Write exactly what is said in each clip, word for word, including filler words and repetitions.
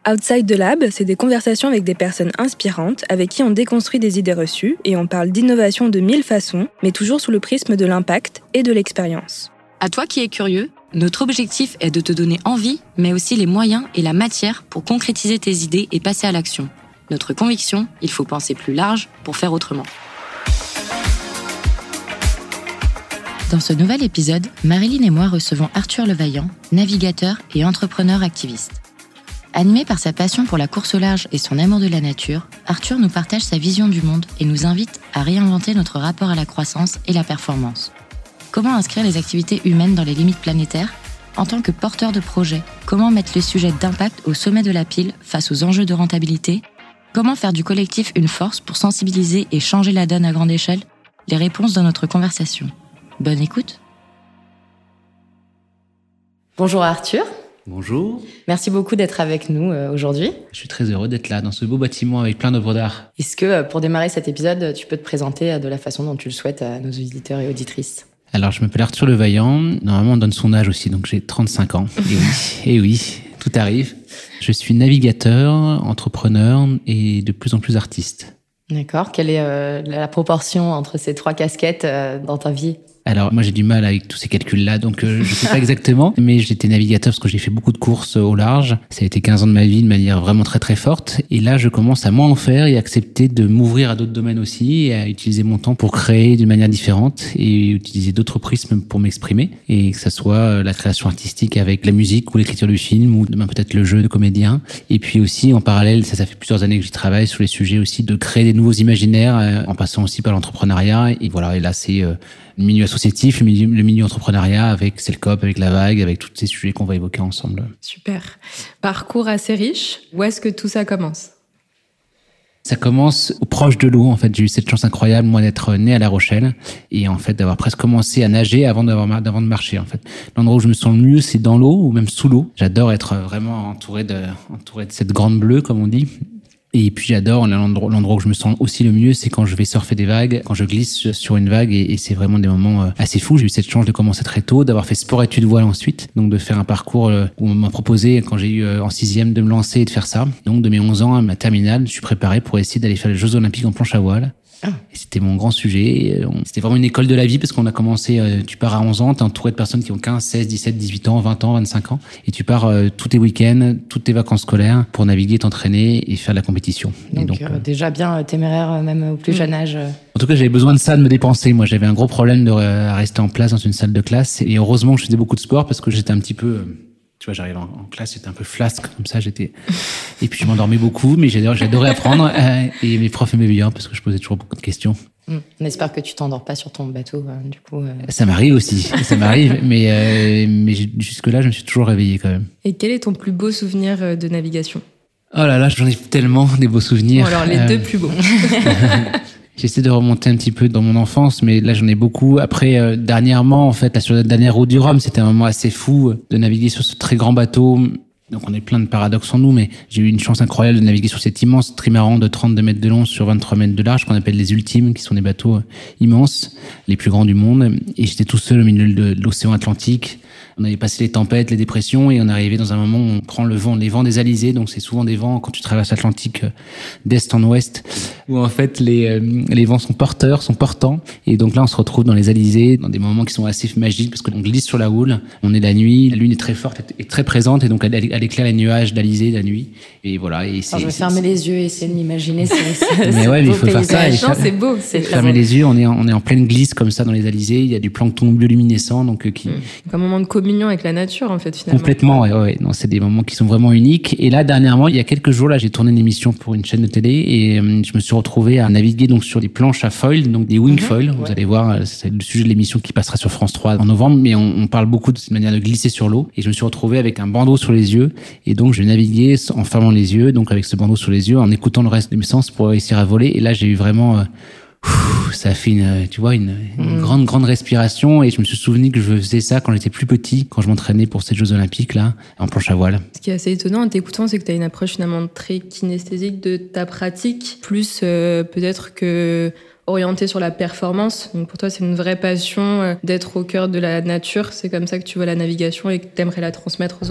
Outside the Lab, c'est des conversations avec des personnes inspirantes avec qui on déconstruit des idées reçues et on parle d'innovation de mille façons, mais toujours sous le prisme de l'impact et de l'expérience. À toi qui es curieux, notre objectif est de te donner envie, mais aussi les moyens et la matière pour concrétiser tes idées et passer à l'action. Notre conviction, il faut penser plus large pour faire autrement. Dans ce nouvel épisode, Marilyn et moi recevons Arthur Levaillant, navigateur et entrepreneur activiste. Animé par sa passion pour la course au large et son amour de la nature, Arthur nous partage sa vision du monde et nous invite à réinventer notre rapport à la croissance et la performance. Comment inscrire les activités humaines dans les limites planétaires ? En tant que porteur de projet, comment mettre les sujets d'impact au sommet de la pile face aux enjeux de rentabilité ? Comment faire du collectif une force pour sensibiliser et changer la donne à grande échelle ? Les réponses dans notre conversation. Bonne écoute. Bonjour Arthur. Bonjour. Merci beaucoup d'être avec nous euh, aujourd'hui. Je suis très heureux d'être là, dans ce beau bâtiment avec plein d'œuvres d'art. Est-ce que, euh, pour démarrer cet épisode, tu peux te présenter euh, de la façon dont tu le souhaites à nos auditeurs et auditrices ? Alors, je m'appelle Arthur Levaillant. Normalement, on donne son âge aussi, donc j'ai trente-cinq ans. Et oui, et oui, tout arrive. Je suis navigateur, entrepreneur et de plus en plus artiste. D'accord. Quelle est euh, la proportion entre ces trois casquettes euh, dans ta vie ? Alors, moi, j'ai du mal avec tous ces calculs-là, donc euh, je sais pas exactement. Mais j'étais navigateur parce que j'ai fait beaucoup de courses au large. Ça a été quinze ans de ma vie de manière vraiment très très forte. Et là, je commence à moins en faire et accepter de m'ouvrir à d'autres domaines aussi et à utiliser mon temps pour créer d'une manière différente et utiliser d'autres prismes pour m'exprimer. Et que ça soit la création artistique avec la musique ou l'écriture du film ou demain peut-être le jeu de comédien. Et puis aussi, en parallèle, ça, ça fait plusieurs années que j'y travaille sur les sujets aussi de créer des nouveaux imaginaires euh, en passant aussi par l'entrepreneuriat. Et voilà, et là, c'est... Euh, le milieu associatif, le milieu, le milieu entrepreneuriat avec Selcop, avec La Vague, avec tous ces sujets qu'on va évoquer ensemble. Super. Parcours assez riche. Où est-ce que tout ça commence ? Ça commence au proche de l'eau. En fait, j'ai eu cette chance incroyable, moi, d'être né à La Rochelle et en fait d'avoir presque commencé à nager avant d'avoir d'avant de marcher. En fait, l'endroit où je me sens le mieux, c'est dans l'eau ou même sous l'eau. J'adore être vraiment entouré de entouré de cette grande bleue, comme on dit. Et puis j'adore l'endroit, l'endroit où je me sens aussi le mieux, c'est quand je vais surfer des vagues, quand je glisse sur une vague, et, et c'est vraiment des moments assez fous. J'ai eu cette chance de commencer très tôt, d'avoir fait sport-études voile ensuite, donc de faire un parcours où on m'a proposé, quand j'ai eu en sixième, de me lancer et de faire ça. Donc de mes onze ans à ma terminale, je suis préparé pour essayer d'aller faire les Jeux Olympiques en planche à voile. Ah. Et c'était mon grand sujet. C'était vraiment une école de la vie parce qu'on a commencé, tu pars à onze ans, t'es entouré de personnes qui ont quinze, seize, dix-sept, dix-huit ans, vingt ans, vingt-cinq ans. Et tu pars euh, tous tes week-ends, toutes tes vacances scolaires pour naviguer, t'entraîner et faire de la compétition. Donc, et donc euh, déjà bien téméraire, même au plus mmh. jeune âge. En tout cas, j'avais besoin de ça, de me dépenser. Moi, j'avais un gros problème de euh, rester en place dans une salle de classe. Et heureusement que je faisais beaucoup de sport parce que j'étais un petit peu... Euh, Tu vois, j'arrivais en, en classe, j'étais un peu flasque, comme ça, j'étais... Et puis, je m'endormais beaucoup, mais j'adorais, j'adorais apprendre. Euh, et mes profs aimaient bien, parce que je posais toujours beaucoup de questions. Mmh. On espère que tu t'endors pas sur ton bateau, hein, du coup. Euh... Ça m'arrive aussi, ça m'arrive. Mais, euh, mais jusque-là, je me suis toujours réveillé, quand même. Et quel est ton plus beau souvenir de navigation ? Oh là là, j'en ai tellement des beaux souvenirs. Bon, alors, les euh... deux plus beaux. J'essaie de remonter un petit peu dans mon enfance, mais là j'en ai beaucoup. Après, euh, dernièrement, en fait, là, sur la dernière route du Rhum, c'était un moment assez fou de naviguer sur ce très grand bateau. Donc on est plein de paradoxes en nous, mais j'ai eu une chance incroyable de naviguer sur cet immense trimaran de trente-deux mètres de long sur vingt-trois mètres de large, qu'on appelle les ultimes, qui sont des bateaux immenses, les plus grands du monde. Et j'étais tout seul au milieu de l'océan Atlantique. On avait passé les tempêtes, les dépressions, et on arrivait dans un moment où on prend le vent, les vents des alizés. Donc c'est souvent des vents, quand tu traverses l'Atlantique d'est en ouest, où en fait les euh, les vents sont porteurs, sont portants. Et donc là, on se retrouve dans les alizés, dans des moments qui sont assez magiques, parce qu'on glisse sur la houle. On est la nuit, la lune est très forte et très présente, et donc elle, elle éclaire les nuages d'alizés la nuit. Et voilà. Et c'est, Alors je vais c'est, fermer c'est... les yeux et essayer de m'imaginer. C'est, c'est, mais ouais, mais il faut faire ça. Non, c'est beau. C'est fermer les yeux, on est en, on est en pleine glisse comme ça dans les alizés. Il y a du plancton bioluminescent, donc euh, qui. Mmh. Un moment de communion avec la nature, en fait, finalement. Complètement, ouais, ouais. Non, c'est des moments qui sont vraiment uniques. Et là, dernièrement, il y a quelques jours, là, j'ai tourné une émission pour une chaîne de télé et euh, je me suis retrouvé à naviguer donc sur des planches à foil, donc des wing foil. Mmh, Vous ouais. allez voir, c'est le sujet de l'émission qui passera sur France trois en novembre, mais on, on parle beaucoup de cette manière de glisser sur l'eau. Et je me suis retrouvé avec un bandeau sur les yeux et donc je naviguais en fermant les yeux, donc avec ce bandeau sur les yeux, en écoutant le reste de mes sens pour réussir à voler. Et là, j'ai eu vraiment... Euh, ça a fait une, tu vois, une, une mmh. grande, grande respiration. Et je me suis souvenu que je faisais ça quand j'étais plus petit, quand je m'entraînais pour ces Jeux Olympiques, là, en planche à voile. Ce qui est assez étonnant en t'écoutant, c'est que tu as une approche finalement très kinesthésique de ta pratique, plus euh, peut-être que orientée sur la performance. Donc pour toi, c'est une vraie passion euh, d'être au cœur de la nature. C'est comme ça que tu vois la navigation et que tu aimerais la transmettre aux autres ?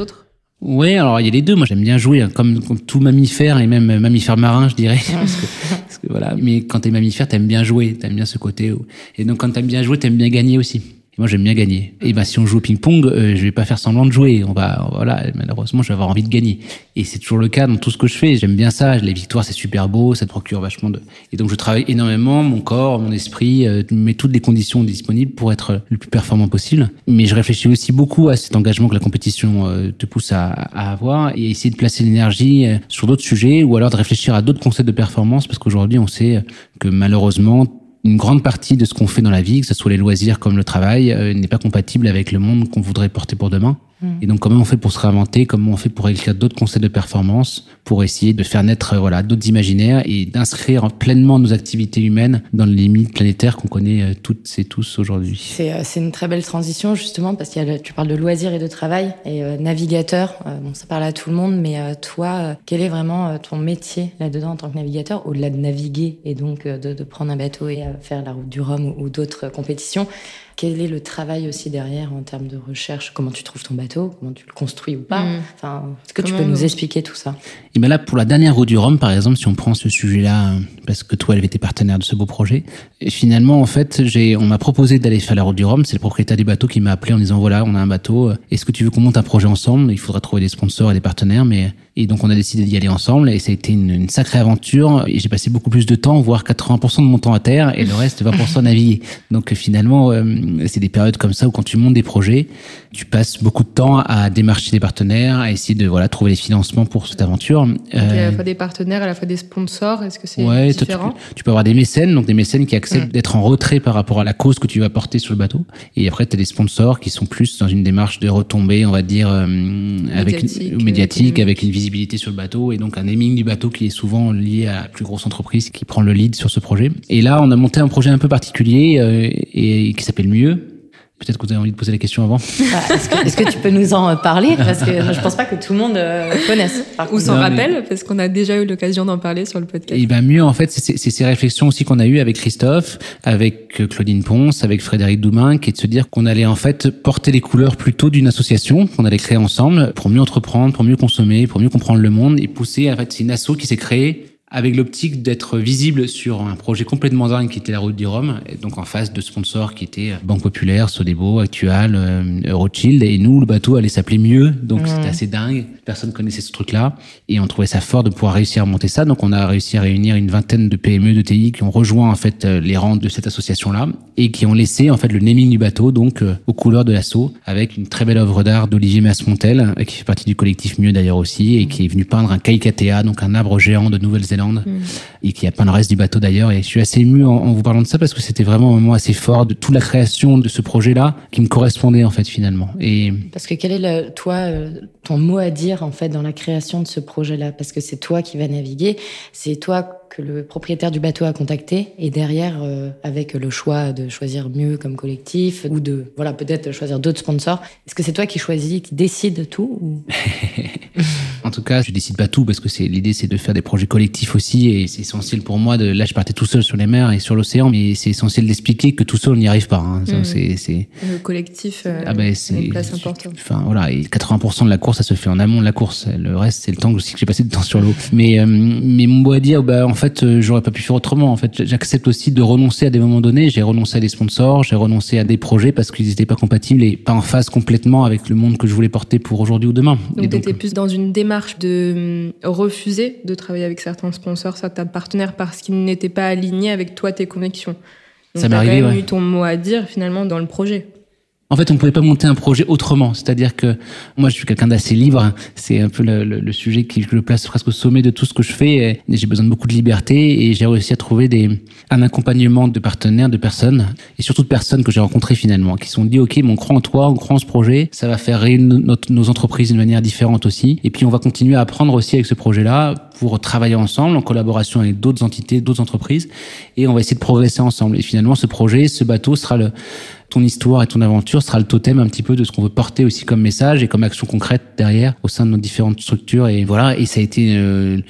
Ouais, alors il y a les deux. Moi, j'aime bien jouer, hein, comme, comme tout mammifère et même mammifère marin, je dirais. parce que, parce que voilà. Mais quand t'es mammifère, t'aimes bien jouer, t'aimes bien ce côté. Où... Et donc, quand t'aimes bien jouer, t'aimes bien gagner aussi. Et moi, j'aime bien gagner. Et ben, si on joue au ping-pong, euh, je vais pas faire semblant de jouer. On va, voilà, malheureusement, je vais avoir envie de gagner. Et c'est toujours le cas dans tout ce que je fais. J'aime bien ça. Les victoires, c'est super beau. Ça te procure vachement de. Et donc, je travaille énormément, mon corps, mon esprit, euh, mets toutes les conditions disponibles pour être le plus performant possible. Mais je réfléchis aussi beaucoup à cet engagement que la compétition euh, te pousse à, à avoir et essayer de placer l'énergie euh, sur d'autres sujets ou alors de réfléchir à d'autres concepts de performance parce qu'aujourd'hui, on sait que malheureusement, une grande partie de ce qu'on fait dans la vie, que ce soit les loisirs comme le travail, euh, n'est pas compatible avec le monde qu'on voudrait porter pour demain. Mmh. Et donc, comment on fait pour se réinventer? Comment on fait pour écrire d'autres concepts de performance, pour essayer de faire naître, euh, voilà, d'autres imaginaires et d'inscrire pleinement nos activités humaines dans les limites planétaires qu'on connaît euh, toutes et tous aujourd'hui. C'est, euh, c'est une très belle transition, justement, parce que tu parles de loisirs et de travail et euh, navigateur. Euh, bon, ça parle à tout le monde, mais euh, toi, euh, quel est vraiment euh, ton métier là-dedans en tant que navigateur, au-delà de naviguer et donc euh, de, de prendre un bateau et euh, faire la route du Rhum ou, ou d'autres compétitions? Quel est le travail aussi derrière en termes de recherche? Comment tu trouves ton bateau? Comment tu le construis ou pas? mmh. Enfin, est-ce que Comment tu peux nous expliquer tout ça? Et ben là, pour la dernière route du Rhum, par exemple, si on prend ce sujet-là, parce que toi, elle était partenaire de ce beau projet, et finalement, en fait, j'ai, on m'a proposé d'aller faire la route du Rhum. C'est le propriétaire du bateau qui m'a appelé en disant, voilà, on a un bateau. Est-ce que tu veux qu'on monte un projet ensemble? Il faudra trouver des sponsors et des partenaires, mais, et donc on a décidé d'y aller ensemble et ça a été une, une sacrée aventure et j'ai passé beaucoup plus de temps, voire quatre-vingts pour cent de mon temps à terre et le reste vingt pour cent à naviguer. Donc finalement, euh, c'est des périodes comme ça où quand tu montes des projets, tu passes beaucoup de temps à démarcher des partenaires, à essayer de voilà trouver les financements pour cette aventure. Donc euh, à la fois des partenaires, à la fois des sponsors, est-ce que c'est ouais, différent? tu, peux, tu peux avoir des mécènes, donc des mécènes qui acceptent mmh. d'être en retrait par rapport à la cause que tu vas porter sur le bateau. Et après, tu as des sponsors qui sont plus dans une démarche de retombée, on va dire, euh, avec médiatique, une, médiatique avec une visibilité sur le bateau et donc un naming du bateau qui est souvent lié à la plus grosse entreprise qui prend le lead sur ce projet. Et là, on a monté un projet un peu particulier euh, et qui s'appelle Mieux. Peut-être que vous avez envie de poser la question avant. Bah, est-ce, que, est-ce que tu peux nous en parler? Parce que je pense pas que tout le monde euh, connaisse. Ou s'en rappelle, mais... parce qu'on a déjà eu l'occasion d'en parler sur le podcast. Et ben Mieux, en fait, c'est, c'est ces réflexions aussi qu'on a eues avec Christophe, avec Claudine Ponce, avec Frédéric Doumain, qui est de se dire qu'on allait en fait porter les couleurs plutôt d'une association qu'on allait créer ensemble pour mieux entreprendre, pour mieux consommer, pour mieux comprendre le monde et pousser. En fait, c'est une asso qui s'est créée avec l'optique d'être visible sur un projet complètement dingue qui était la route du Rhum, et donc en face de sponsors qui étaient Banque Populaire, Sodebo, Actual, euh, Rothschild, et nous, le bateau allait s'appeler Mieux, donc mmh. c'était assez dingue, personne connaissait ce truc-là, et on trouvait ça fort de pouvoir réussir à monter ça, donc on a réussi à réunir une vingtaine de P M E, de T I qui ont rejoint en fait les rangs de cette association-là, et qui ont laissé en fait le naming du bateau, donc euh, aux couleurs de l'asso, avec une très belle œuvre d'art d'Olivier Masmontel, qui fait partie du collectif Mieux d'ailleurs aussi, et qui est venu peindre un Kaikatea, donc un arbre géant de Nouvelle-Zélande, Mmh. et qui a peint le reste du bateau d'ailleurs, et je suis assez ému en, en vous parlant de ça parce que c'était vraiment un moment assez fort de toute la création de ce projet-là qui me correspondait en fait finalement. Et parce que quel est le, toi ton mot à dire en fait dans la création de ce projet-là, parce que c'est toi qui vas naviguer, c'est toi que le propriétaire du bateau a contacté, et derrière euh, avec le choix de choisir Mieux comme collectif ou de voilà peut-être choisir d'autres sponsors, est-ce que c'est toi qui choisis, qui décide tout ou... En tout cas, je décide pas tout parce que c'est l'idée, c'est de faire des projets collectifs aussi, et c'est essentiel pour moi de. Là, je partais tout seul sur les mers et sur l'océan, mais c'est essentiel d'expliquer que tout seul on n'y arrive pas. Hein. Mmh. C'est, c'est. Le collectif. Euh, ah ben c'est. Une place importante. Enfin voilà, et quatre-vingts pour cent de la course, ça se fait en amont de la course. Le reste, c'est le temps aussi que j'ai passé de temps sur l'eau. Mais euh, mais mon mot à dire, bah en fait, euh, j'aurais pas pu faire autrement. En fait, j'accepte aussi de renoncer à des moments donnés. J'ai renoncé à des sponsors, j'ai renoncé à des projets parce qu'ils n'étaient pas compatibles et pas en phase complètement avec le monde que je voulais porter pour aujourd'hui ou demain. Donc, tu étais plus dans une démarche de refuser de travailler avec certains sponsors, certains partenaires parce qu'ils n'étaient pas alignés avec toi, tes convictions. Donc, ça m'est arrivé, t'as quand même ouais. eu ton mot à dire finalement dans le projet. En fait, on ne pouvait pas monter un projet autrement. C'est-à-dire que moi, je suis quelqu'un d'assez libre. C'est un peu le, le, le sujet qui je le place presque au sommet de tout ce que je fais. Et j'ai besoin de beaucoup de liberté et j'ai réussi à trouver des, un accompagnement de partenaires, de personnes et surtout de personnes que j'ai rencontrées finalement, qui se sont dit, OK, mais on croit en toi, on croit en ce projet. Ça va faire réunir notre, nos entreprises d'une manière différente aussi. Et puis, on va continuer à apprendre aussi avec ce projet-là pour travailler ensemble en collaboration avec d'autres entités, d'autres entreprises. Et on va essayer de progresser ensemble. Et finalement, ce projet, ce bateau sera le... ton histoire et ton aventure sera le totem un petit peu de ce qu'on veut porter aussi comme message et comme action concrète derrière au sein de nos différentes structures. Et voilà, et ça a été euh,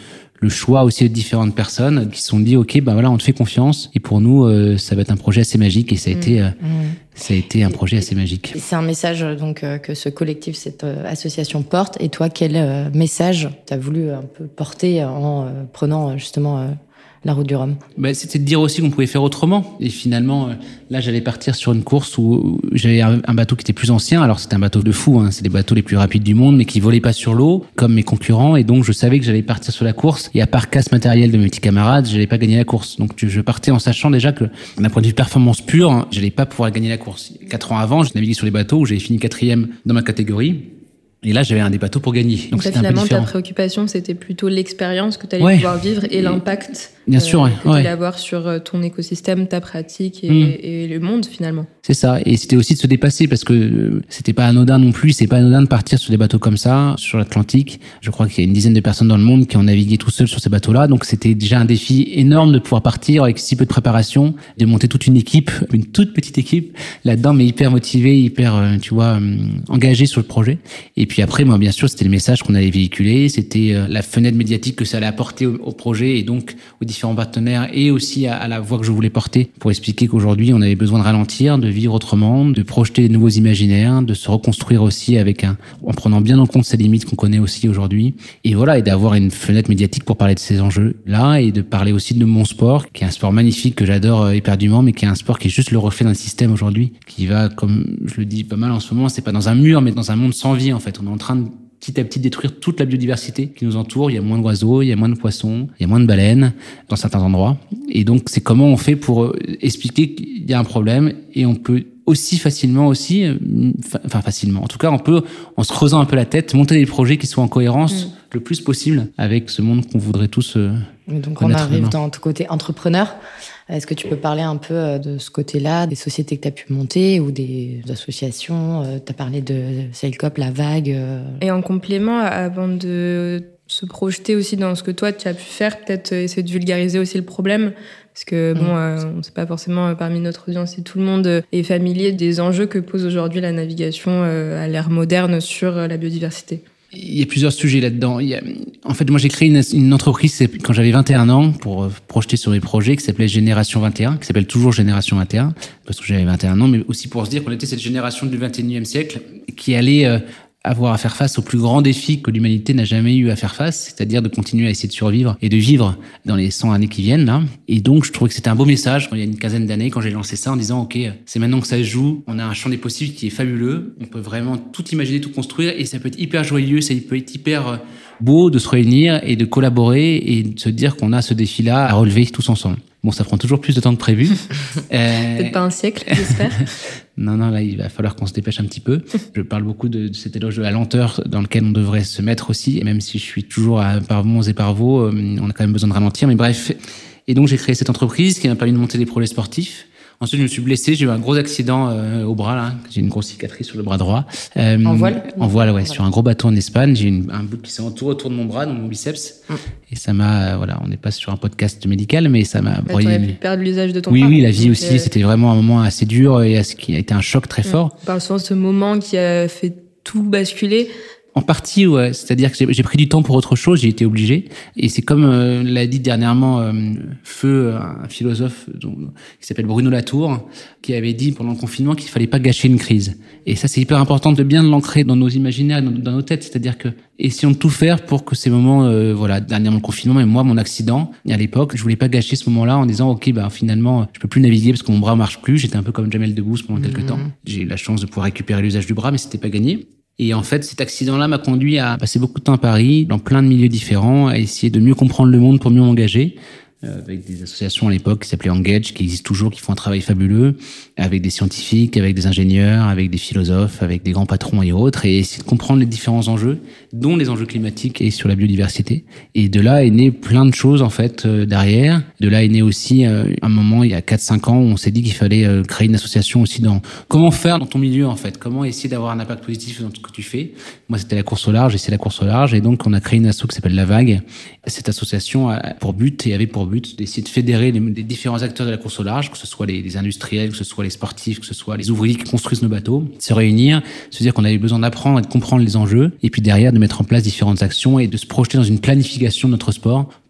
le choix aussi de différentes personnes qui se sont dit ok, ben voilà, on te fait confiance et pour nous euh, ça va être un projet assez magique et ça a mmh. été euh, mmh. ça a été un projet assez magique. C'est un message donc euh, que ce collectif, cette euh, association porte. Et toi, quel euh, message t'as voulu un peu porter en euh, prenant justement euh, la route du Rhum? Bah, c'était de dire aussi qu'on pouvait faire autrement. Et finalement, euh, là, j'allais partir sur une course où, où j'avais un, un bateau qui était plus ancien. Alors, c'était un bateau de fou, hein. C'est les bateaux les plus rapides du monde, mais qui volaient pas sur l'eau, comme mes concurrents. Et donc, je savais que j'allais partir sur la course. Et à part casse matériel de mes petits camarades, j'allais pas gagner la course. Donc, je partais en sachant déjà que, d'un point de vue performance pure, hein, j'allais pas pouvoir gagner la course. Quatre ans avant, je naviguais sur les bateaux où j'avais fini quatrième dans ma catégorie. Et là, j'avais un des bateaux pour gagner. Donc, Donc c'était finalement, un peu différent. ta préoccupation, c'était plutôt l'expérience que tu allais ouais. pouvoir vivre et l'impact Bien sûr, euh, ouais. que ouais. tu allais avoir sur ton écosystème, ta pratique et, mmh. et le monde finalement. C'est ça. Et c'était aussi de se dépasser parce que c'était pas anodin non plus. C'est pas anodin de partir sur des bateaux comme ça, sur l'Atlantique. Je crois qu'il y a une dizaine de personnes dans le monde qui ont navigué tout seuls sur ces bateaux-là. Donc c'était déjà un défi énorme de pouvoir partir avec si peu de préparation, de monter toute une équipe, une toute petite équipe là-dedans, mais hyper motivée, hyper, tu vois, engagée sur le projet. Et puis après, moi, bien sûr, c'était le message qu'on allait véhiculer. C'était la fenêtre médiatique que ça allait apporter au, au projet et donc aux différents partenaires et aussi à, à la voix que je voulais porter pour expliquer qu'aujourd'hui, on avait besoin de ralentir, de vivre autrement, de projeter de nouveaux imaginaires, de se reconstruire aussi avec un, en prenant bien en compte ces limites qu'on connaît aussi aujourd'hui. Et voilà, et d'avoir une fenêtre médiatique pour parler de ces enjeux-là et de parler aussi de mon sport, qui est un sport magnifique que j'adore éperdument, mais qui est un sport qui est juste le reflet d'un système aujourd'hui, qui va, comme je le dis pas mal en ce moment, c'est pas dans un mur, mais dans un monde sans vie, en fait. On est en train de petit à petit détruire toute la biodiversité qui nous entoure. Il y a moins d'oiseaux, il y a moins de poissons, il y a moins de baleines dans certains endroits. Et donc, c'est comment on fait pour expliquer qu'il y a un problème et on peut aussi facilement aussi, enfin facilement, en tout cas, on peut, en se creusant un peu la tête, monter des projets qui soient en cohérence mmh. le plus possible avec ce monde qu'on voudrait tous euh, Donc, on arrive demain. Dans ton côté entrepreneur. Est-ce que tu peux parler un peu de ce côté-là, des sociétés que tu as pu monter ou des associations? Tu as parlé de Sailcoop, La Vague. Et en complément, avant de se projeter aussi dans ce que toi, tu as pu faire, peut-être essayer de vulgariser aussi le problème. Parce que, bon, mmh. euh, on ne sait pas forcément euh, parmi notre audience si tout le monde est familier des enjeux que pose aujourd'hui la navigation euh, à l'ère moderne sur euh, la biodiversité. Il y a plusieurs sujets là-dedans. Il y a, en fait, moi, j'ai créé une, une entreprise quand j'avais vingt et un ans pour euh, projeter sur mes projets qui s'appelait Génération vingt et un, qui s'appelle toujours Génération vingt et un, parce que j'avais vingt et un ans, mais aussi pour se dire qu'on était cette génération du vingt et unième siècle qui allait euh, avoir à faire face aux plus grands défis que l'humanité n'a jamais eu à faire face, c'est-à-dire de continuer à essayer de survivre et de vivre dans les cent années qui viennent, là. Et donc, je trouvais que c'était un beau message il y a une quinzaine d'années quand j'ai lancé ça en disant, OK, c'est maintenant que ça se joue, on a un champ des possibles qui est fabuleux, on peut vraiment tout imaginer, tout construire et ça peut être hyper joyeux, ça peut être hyper beau de se réunir et de collaborer et de se dire qu'on a ce défi-là à relever tous ensemble. Bon, ça prend toujours plus de temps que prévu. euh... Peut-être pas un siècle, j'espère. non, non, là, il va falloir qu'on se dépêche un petit peu. Je parle beaucoup de, de cet éloge de la lenteur dans lequel on devrait se mettre aussi. Et même si je suis toujours à par bons et par vaux, on a quand même besoin de ralentir. Mais bref. Et donc, j'ai créé cette entreprise qui m'a permis de monter des projets sportifs. Ensuite, je me suis blessé. J'ai eu un gros accident euh, au bras, là. J'ai une grosse cicatrice sur le bras droit. Euh, en voile En voile, ouais. Sur un gros bateau en Espagne. J'ai une, un bout qui s'est entouré autour de mon bras, dans mon biceps. Mm. Et ça m'a, euh, voilà, on n'est pas sur un podcast médical, mais ça m'a broyé. Tu aurais pu perdre l'usage de ton Oui, bras. oui, la vie aussi. Euh... C'était vraiment un moment assez dur et qui a été un choc très fort. On parle souvent de ce moment qui a fait tout basculer. En partie, ouais. C'est-à-dire que j'ai, j'ai pris du temps pour autre chose, j'ai été obligé. Et c'est comme euh, l'a dit dernièrement euh, Feu, un philosophe dont, qui s'appelle Bruno Latour, qui avait dit pendant le confinement qu'il fallait pas gâcher une crise. Et ça, c'est hyper important de bien l'ancrer dans nos imaginaires, dans, dans nos têtes. C'est-à-dire que essayons de tout faire pour que ces moments, euh, voilà, dernièrement le confinement, et moi, mon accident, à l'époque, je voulais pas gâcher ce moment-là en disant, OK, bah, finalement, je peux plus naviguer parce que mon bras marche plus. J'étais un peu comme Jamel Debbouze pendant mmh. quelques temps. J'ai eu la chance de pouvoir récupérer l'usage du bras, mais c'était pas gagné. Et en fait, cet accident-là m'a conduit à passer beaucoup de temps à Paris, dans plein de milieux différents, à essayer de mieux comprendre le monde pour mieux m'engager, euh, avec des associations à l'époque qui s'appelaient Engage, qui existent toujours, qui font un travail fabuleux, avec des scientifiques, avec des ingénieurs, avec des philosophes, avec des grands patrons et autres, et essayer de comprendre les différents enjeux, dont les enjeux climatiques et sur la biodiversité. Et de là est né plein de choses, en fait, euh, derrière. De là est né aussi euh, un moment, il y a quatre cinq ans, où on s'est dit qu'il fallait euh, créer une association aussi dans comment faire dans ton milieu, en fait. Comment essayer d'avoir un impact positif dans ce que tu fais. Moi, c'était la course au large, et c'est la course au large. Et donc, on a créé une asso qui s'appelle La Vague. Cette association a pour but, et avait pour but, d'essayer de fédérer les, les différents acteurs de la course au large, que ce soit les, les industriels, que ce soit les sportifs, que ce soit les ouvriers qui construisent nos bateaux, se réunir, se dire qu'on avait besoin d'apprendre et de comprendre les enjeux, et puis derrière, de mettre en place différentes actions et de se projeter dans une planification de notre sport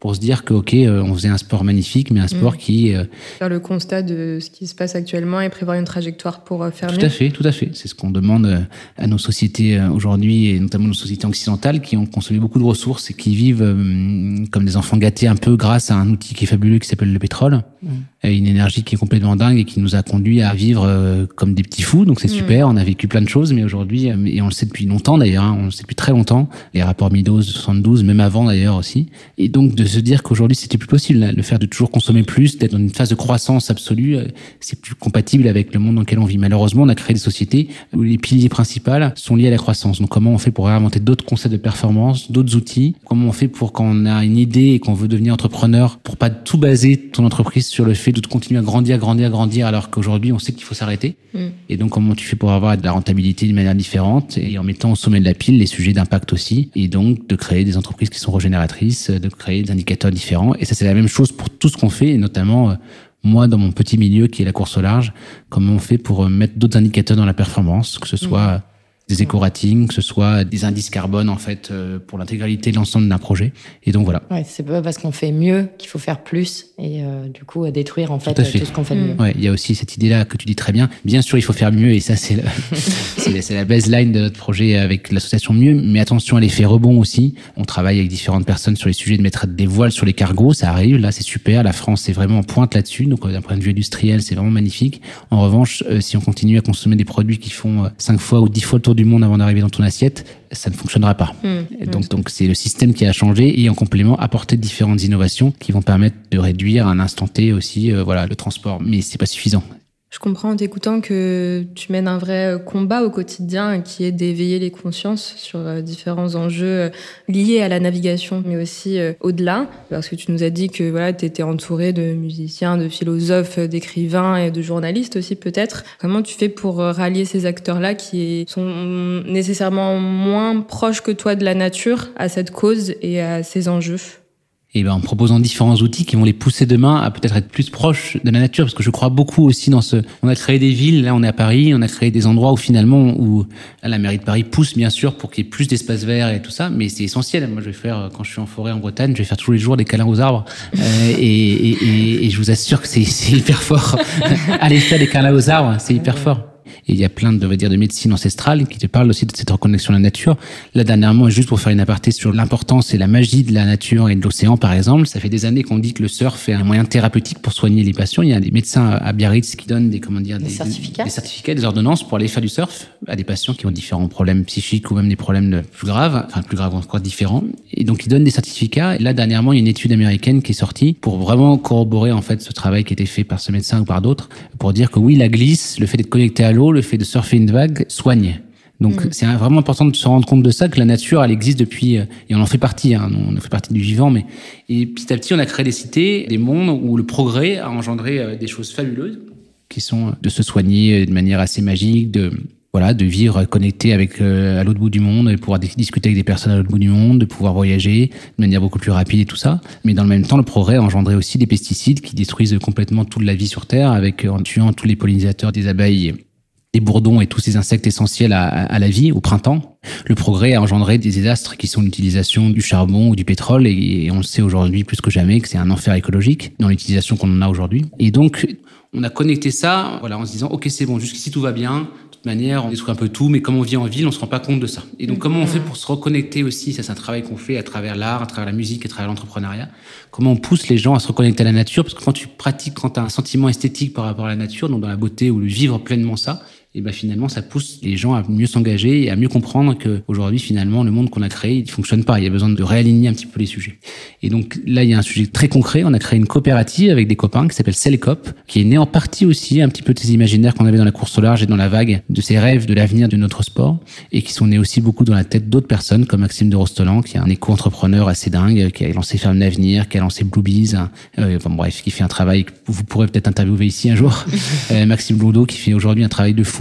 pour se dire que, ok, euh, on faisait un sport magnifique, mais un sport mmh. qui... Euh... Faire le constat de ce qui se passe actuellement et prévoir une trajectoire pour faire tout mieux. Tout à fait, tout à fait. C'est ce qu'on demande à nos sociétés aujourd'hui, et notamment nos sociétés occidentales, qui ont consommé beaucoup de ressources et qui vivent euh, comme des enfants gâtés un peu grâce à un outil qui est fabuleux qui s'appelle le pétrole. Mmh. Et une énergie qui est complètement dingue et qui nous a conduit à vivre euh, comme des petits fous. Donc c'est mmh. super, on a vécu plein de choses, mais aujourd'hui, et on le sait depuis longtemps d'ailleurs, hein, on le sait depuis très longtemps, les rapports Meadows soixante-douze, même avant d'ailleurs aussi. Et donc de se dire qu'aujourd'hui c'était plus possible, le faire de toujours consommer plus, d'être dans une phase de croissance absolue, c'est plus compatible avec le monde dans lequel on vit. Malheureusement, on a créé des sociétés où les piliers principaux sont liés à la croissance. Donc comment on fait pour réinventer d'autres concepts de performance, d'autres outils? Comment on fait pour quand on a une idée et qu'on veut devenir entrepreneur, pour pas tout baser ton entreprise sur le fait de continuer à grandir, grandir, grandir, alors qu'aujourd'hui on sait qu'il faut s'arrêter. Mmh. Et donc comment tu fais pour avoir de la rentabilité d'une manière différente et en mettant au sommet de la pile les sujets d'impact aussi, et donc de créer des entreprises qui sont régénératrices, de créer des indicateurs différents. Et ça c'est la même chose pour tout ce qu'on fait, et notamment euh, moi dans mon petit milieu qui est la course au large, comment on fait pour mettre d'autres indicateurs dans la performance, que ce soit mmh. des éco-ratings, que ce soit des indices carbone en fait euh, pour l'intégralité de l'ensemble d'un projet. Et donc voilà. Ouais, c'est pas parce qu'on fait mieux qu'il faut faire plus et euh, du coup détruire en fait tout, fait. tout ce qu'on fait de mieux. Ouais, il y a aussi cette idée-là que tu dis très bien. Bien sûr, il faut faire mieux et ça c'est, le, c'est, c'est la baseline de notre projet avec l'association Mieux. Mais attention à l'effet rebond aussi. On travaille avec différentes personnes sur les sujets de mettre des voiles sur les cargos. Ça arrive, là c'est super. La France est vraiment en pointe là-dessus. Donc d'un point de vue industriel, c'est vraiment magnifique. En revanche, euh, si on continue à consommer des produits qui font cinq fois ou dix fois le tour du monde avant d'arriver dans ton assiette, ça ne fonctionnera pas. Mmh, donc, mmh. donc c'est le système qui a changé et en complément apporter différentes innovations qui vont permettre de réduire à un instant T aussi euh, voilà, le transport. Mais c'est pas suffisant. Je comprends en t'écoutant que tu mènes un vrai combat au quotidien qui est d'éveiller les consciences sur différents enjeux liés à la navigation, mais aussi au-delà. Parce que tu nous as dit que voilà, tu étais entouré de musiciens, de philosophes, d'écrivains et de journalistes aussi peut-être. Comment tu fais pour rallier ces acteurs-là qui sont nécessairement moins proches que toi de la nature à cette cause et à ces enjeux ? Et ben en proposant différents outils qui vont les pousser demain à peut-être être plus proches de la nature, parce que je crois beaucoup aussi dans ce. On a créé des villes, là on est à Paris, on a créé des endroits où finalement où là, la mairie de Paris pousse bien sûr pour qu'il y ait plus d'espace vert et tout ça, mais c'est essentiel. Moi je vais faire quand je suis en forêt en Bretagne, je vais faire tous les jours des câlins aux arbres euh, et, et, et, et je vous assure que c'est, c'est hyper fort. Aller faire des câlins aux arbres, c'est hyper fort. Et il y a plein de, on va dire, de médecine ancestrale qui te parlent aussi de cette reconnexion à la nature. Là, dernièrement, juste pour faire une aparté sur l'importance et la magie de la nature et de l'océan, par exemple, ça fait des années qu'on dit que le surf est un moyen thérapeutique pour soigner les patients. Il y a des médecins à Biarritz qui donnent des, comment dire, des, des certificats, des, des certificats, des ordonnances pour aller faire du surf à des patients qui ont différents problèmes psychiques ou même des problèmes plus graves, enfin plus graves encore différents. Et donc, ils donnent des certificats. Et là, dernièrement, il y a une étude américaine qui est sortie pour vraiment corroborer, en fait, ce travail qui a été fait par ce médecin ou par d'autres pour dire que oui, la glisse, le fait d'être connecté à l'eau, le fait de surfer une vague soigne. Donc mmh. c'est vraiment important de se rendre compte de ça, que la nature elle existe depuis, et on en fait partie, hein, on fait partie du vivant, mais et petit à petit on a créé des cités, des mondes où le progrès a engendré des choses fabuleuses qui sont de se soigner de manière assez magique, de voilà, de vivre connecté avec euh, à l'autre bout du monde, de pouvoir discuter avec des personnes à l'autre bout du monde, de pouvoir voyager de manière beaucoup plus rapide et tout ça. Mais dans le même temps, le progrès a engendré aussi des pesticides qui détruisent complètement toute la vie sur Terre, avec en tuant tous les pollinisateurs des abeilles, des bourdons et tous ces insectes essentiels à, à la vie au printemps. Le progrès a engendré des désastres qui sont l'utilisation du charbon ou du pétrole et, et on le sait aujourd'hui plus que jamais que c'est un enfer écologique dans l'utilisation qu'on en a aujourd'hui. Et donc, on a connecté ça, voilà, en se disant, ok, c'est bon, jusqu'ici tout va bien. De toute manière, on détruit un peu tout, mais comme on vit en ville, on se rend pas compte de ça. Et donc, comment on fait pour se reconnecter aussi? Ça, c'est un travail qu'on fait à travers l'art, à travers la musique, à travers l'entrepreneuriat. Comment on pousse les gens à se reconnecter à la nature? Parce que quand tu pratiques, quand tu as un sentiment esthétique par rapport à la nature, donc dans la beauté ou le vivre pleinement ça, et ben finalement ça pousse les gens à mieux s'engager et à mieux comprendre que aujourd'hui finalement le monde qu'on a créé il fonctionne pas, il y a besoin de réaligner un petit peu les sujets. Et donc là il y a un sujet très concret, on a créé une coopérative avec des copains qui s'appelle Celcop, qui est née en partie aussi un petit peu de ces imaginaires qu'on avait dans la course au large et dans la vague, de ces rêves de l'avenir de notre sport, et qui sont nés aussi beaucoup dans la tête d'autres personnes comme Maxime de Rostolan, qui est un éco-entrepreneur assez dingue, qui a lancé Ferme d'Avenir, qui a lancé Bluebees, euh, enfin bref, qui fait un travail que vous pourrez peut-être interviewer ici un jour. euh, Maxime Blondeau qui fait aujourd'hui un travail de fou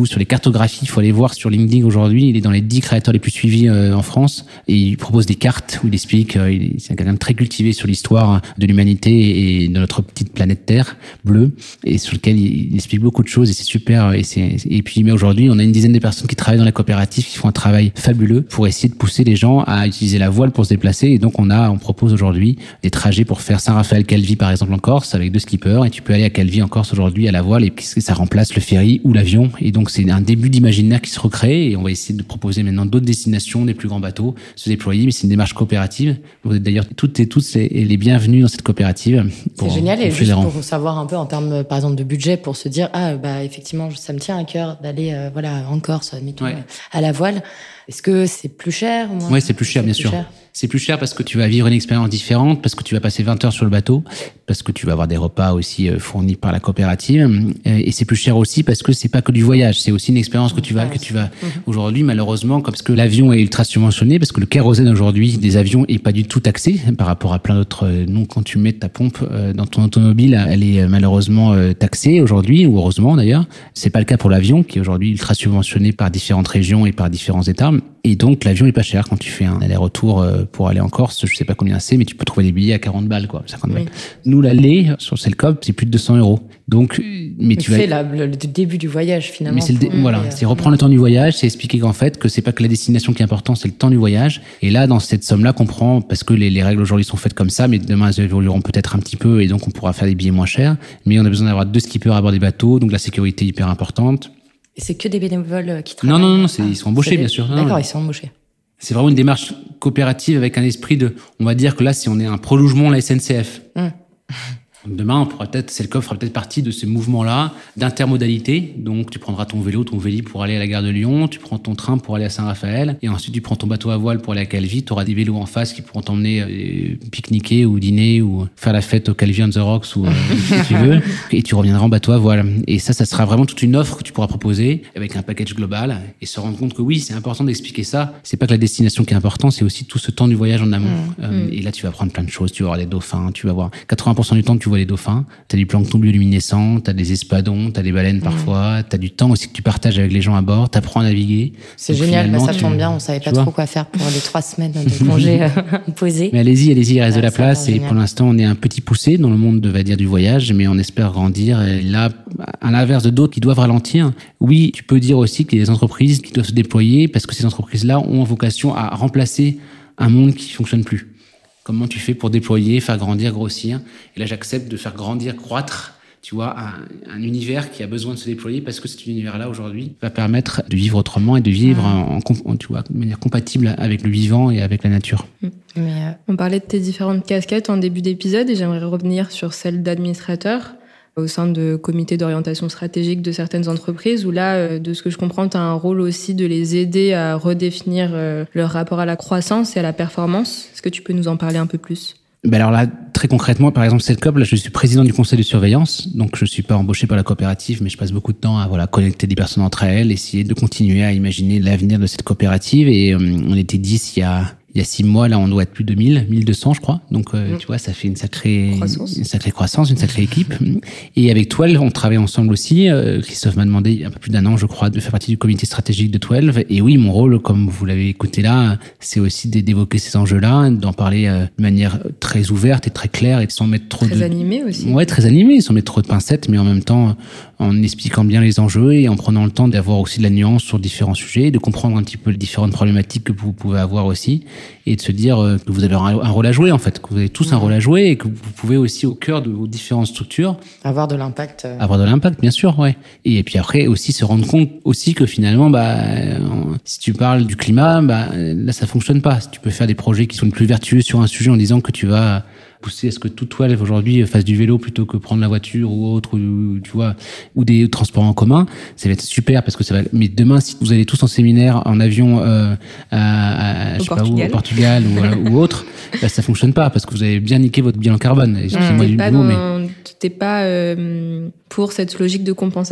fou. Sur les cartographies, il faut aller voir sur LinkedIn aujourd'hui. Il est dans les dix créateurs les plus suivis euh, en France et il propose des cartes où il explique. Euh, il, c'est quelqu'un de très cultivé sur l'histoire de l'humanité et de notre petite planète Terre bleue et sur lequel il, il explique beaucoup de choses et c'est super. Et, c'est, et puis, mais aujourd'hui, on a une dizaine de personnes qui travaillent dans la coopérative qui font un travail fabuleux pour essayer de pousser les gens à utiliser la voile pour se déplacer. Et donc, on a, on propose aujourd'hui des trajets pour faire Saint-Raphaël-Calvi, par exemple, en Corse, avec deux skippers. Et tu peux aller à Calvi en Corse aujourd'hui à la voile et puis ça remplace le ferry ou l'avion. Et donc, c'est un début d'imaginaire qui se recrée et on va essayer de proposer maintenant d'autres destinations, des plus grands bateaux, se déployer. Mais c'est une démarche coopérative. Vous êtes d'ailleurs toutes et tous les, les bienvenus dans cette coopérative. C'est génial. Et juste pour savoir un peu en termes, par exemple, de budget, pour se dire, ah, bah, effectivement, ça me tient à cœur d'aller, euh, voilà, en Corse, admettons, ouais. à la voile. Est-ce que c'est plus cher? Oui, c'est plus cher, c'est bien plus sûr. Cher. C'est plus cher parce que tu vas vivre une expérience différente, parce que tu vas passer vingt heures sur le bateau, parce que tu vas avoir des repas aussi fournis par la coopérative. Et c'est plus cher aussi parce que c'est pas que du voyage, c'est aussi une expérience que tu vas, que tu vas, mmh. aujourd'hui, malheureusement, parce que l'avion est ultra subventionné, parce que le kérosène aujourd'hui des avions est pas du tout taxé par rapport à plein d'autres. Non, quand tu mets ta pompe dans ton automobile, elle est malheureusement taxée aujourd'hui, ou heureusement d'ailleurs. C'est pas le cas pour l'avion, qui est aujourd'hui ultra subventionné par différentes régions et par différents États. Et donc, l'avion est pas cher quand tu fais un aller-retour pour aller en Corse. Je sais pas combien c'est, mais tu peux trouver des billets à quarante balles, quoi, cinquante balles. Oui. Nous, l'aller sur Selcop, c'est plus de deux cents euros. Donc, mais tu c'est vas... la, le, le début du voyage, finalement. Mais c'est le dé... voilà, euh... c'est reprendre le temps du voyage, c'est expliquer qu'en fait, que c'est pas que la destination qui est importante, c'est le temps du voyage. Et là, dans cette somme-là, qu'on prend, parce que les, les règles aujourd'hui sont faites comme ça, mais demain, elles évolueront peut-être un petit peu, et donc on pourra faire des billets moins chers. Mais on a besoin d'avoir deux skippers à bord des bateaux, donc la sécurité est hyper importante. Et c'est que des bénévoles qui travaillent? Non, non, non, c'est, ils sont embauchés, des... bien sûr. Non, D'accord, non. ils sont embauchés. C'est vraiment une démarche coopérative avec un esprit de, on va dire que là, si on est un prolongement de la S N C F. Mmh. Demain, on pourra peut-être, Selcoff fera peut-être partie de ce mouvement-là d'intermodalité. Donc, tu prendras ton vélo, ton véli pour aller à la gare de Lyon, tu prends ton train pour aller à Saint-Raphaël, et ensuite tu prends ton bateau à voile pour aller à Calvi. Tu auras des vélos en face qui pourront t'emmener euh, pique-niquer ou dîner ou faire la fête au Calvi on the Rocks ou euh, si tu veux. Et tu reviendras en bateau à voile. Et ça, ça sera vraiment toute une offre que tu pourras proposer avec un package global et se rendre compte que oui, c'est important d'expliquer ça. C'est pas que la destination qui est importante, c'est aussi tout ce temps du voyage en amont. Mmh. Euh, mmh. Et là, tu vas apprendre plein de choses. Tu vas voir les dauphins, tu vas voir quatre-vingts pour cent du temps que tu vois les dauphins. T'as du plancton bioluminescent, t'as des espadons, t'as des baleines mmh. parfois, t'as du temps aussi que tu partages avec les gens à bord, t'apprends à naviguer. C'est donc génial, bah ça tu... tombe bien, on savait pas trop quoi faire pour les trois semaines de congé posés. Mais allez-y, allez-y, il reste ah, de la place et génial. Pour l'instant on est un petit poussé dans le monde de, va dire, du voyage, mais on espère grandir. Et là, à l'inverse de d'autres qui doivent ralentir, oui, tu peux dire aussi qu'il y a des entreprises qui doivent se déployer parce que ces entreprises-là ont vocation à remplacer un monde qui fonctionne plus. Comment tu fais pour déployer, faire grandir, grossir? Et là, j'accepte de faire grandir, croître, tu vois, un, un univers qui a besoin de se déployer parce que cet univers-là, aujourd'hui, va permettre de vivre autrement et de vivre mmh. en, en, tu vois, de manière compatible avec le vivant et avec la nature. Mmh. Mais euh, on parlait de tes différentes casquettes en début d'épisode et j'aimerais revenir sur celle d'administrateur au sein de comités d'orientation stratégique de certaines entreprises où là, de ce que je comprends, tu as un rôle aussi de les aider à redéfinir leur rapport à la croissance et à la performance. Est-ce que tu peux nous en parler un peu plus ? Ben alors là, très concrètement, par exemple, Selcoop, là, je suis président du conseil de surveillance, donc je suis pas embauché par la coopérative, mais je passe beaucoup de temps à voilà connecter des personnes entre elles, essayer de continuer à imaginer l'avenir de cette coopérative. Et euh, on était dix il y a il y a six mois, là, on doit être plus de mille, mille deux cents, je crois. Donc, euh, mmh. tu vois, ça fait une sacrée croissance, une sacrée croissance, une sacrée équipe. Et avec Twelve, on travaille ensemble aussi. Euh, Christophe m'a demandé, il y a un peu plus d'un an, je crois, de faire partie du comité stratégique de Twelve. Et oui, mon rôle, comme vous l'avez écouté là, c'est aussi d'évoquer ces enjeux-là, d'en parler euh, de manière très ouverte et très claire et sans mettre trop très de... Très animé aussi. Ouais, très animé, sans mettre trop de pincettes, mais en même temps, en expliquant bien les enjeux et en prenant le temps d'avoir aussi de la nuance sur différents sujets, de comprendre un petit peu les différentes problématiques que vous pouvez avoir aussi et de se dire que vous avez un rôle à jouer, en fait, que vous avez tous mmh. un rôle à jouer et que vous pouvez aussi, au cœur de vos différentes structures... Avoir de l'impact. Euh... Avoir de l'impact, bien sûr, ouais. Et puis après, aussi se rendre compte aussi que finalement, bah, euh, si tu parles du climat, bah, là, ça fonctionne pas. Tu peux faire des projets qui sont plus vertueux sur un sujet en disant que tu vas... pousser à ce que tout Twelve aujourd'hui fasse du vélo plutôt que prendre la voiture ou autre, ou, tu vois, ou des transports en commun, ça va être super parce que ça va. Mais demain, si vous allez tous en séminaire, en avion, euh, à, à je sais pas où, au Portugal ou, ou autre, bah, ça fonctionne pas parce que vous avez bien niqué votre bilan carbone. Excusez-moi mmh, du pas mot, dans, mais t'es pas euh, pour cette logique de compensation.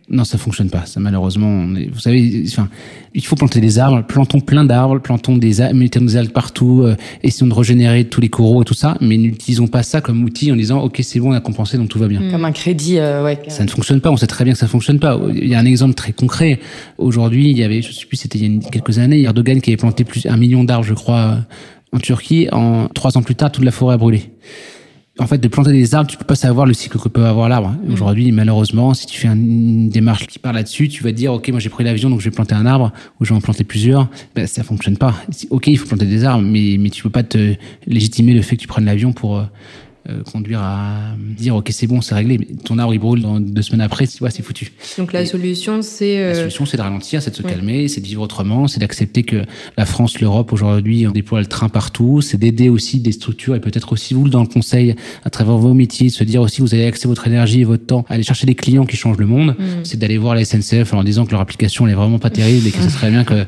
Non, ça fonctionne pas. Ça, malheureusement, on est, vous savez, enfin, il faut planter des arbres, plantons plein d'arbres, plantons des algues, mettons des algues partout, euh, essayons de régénérer tous les coraux et tout ça, mais n'utilisons pas ça comme outil en disant, ok, c'est bon, on a compensé, donc tout va bien. Comme un crédit, euh, ouais. Ça ne fonctionne pas. On sait très bien que ça fonctionne pas. Il y a un exemple très concret. Aujourd'hui, il y avait, je sais plus, c'était il y a quelques années, Erdogan qui avait planté plus un million d'arbres, je crois, en Turquie. En trois ans plus tard, toute la forêt a brûlé. En fait, de planter des arbres, tu peux pas savoir le cycle que peut avoir l'arbre. Mmh. Aujourd'hui, malheureusement, si tu fais une démarche qui part là-dessus, tu vas dire, OK, moi j'ai pris l'avion, donc je vais planter un arbre, ou je vais en planter plusieurs. Ben, ça fonctionne pas. OK, il faut planter des arbres, mais, mais tu peux pas te légitimer le fait que tu prennes l'avion pour, euh, Euh, conduire à dire ok c'est bon c'est réglé, mais ton arbre il brûle dans deux semaines après, tu vois, c'est foutu. Donc la Et solution c'est euh... la solution c'est de ralentir, c'est de se ouais. calmer, c'est de vivre autrement, c'est d'accepter que la France, l'Europe aujourd'hui on déploie le train partout, c'est d'aider aussi des structures et peut-être aussi vous dans le conseil à travers vos métiers, de se dire aussi vous avez accès votre énergie et votre temps à aller chercher des clients qui changent le monde. mmh. C'est d'aller voir la S N C F en leur disant que leur application elle est vraiment pas terrible et que ce serait bien que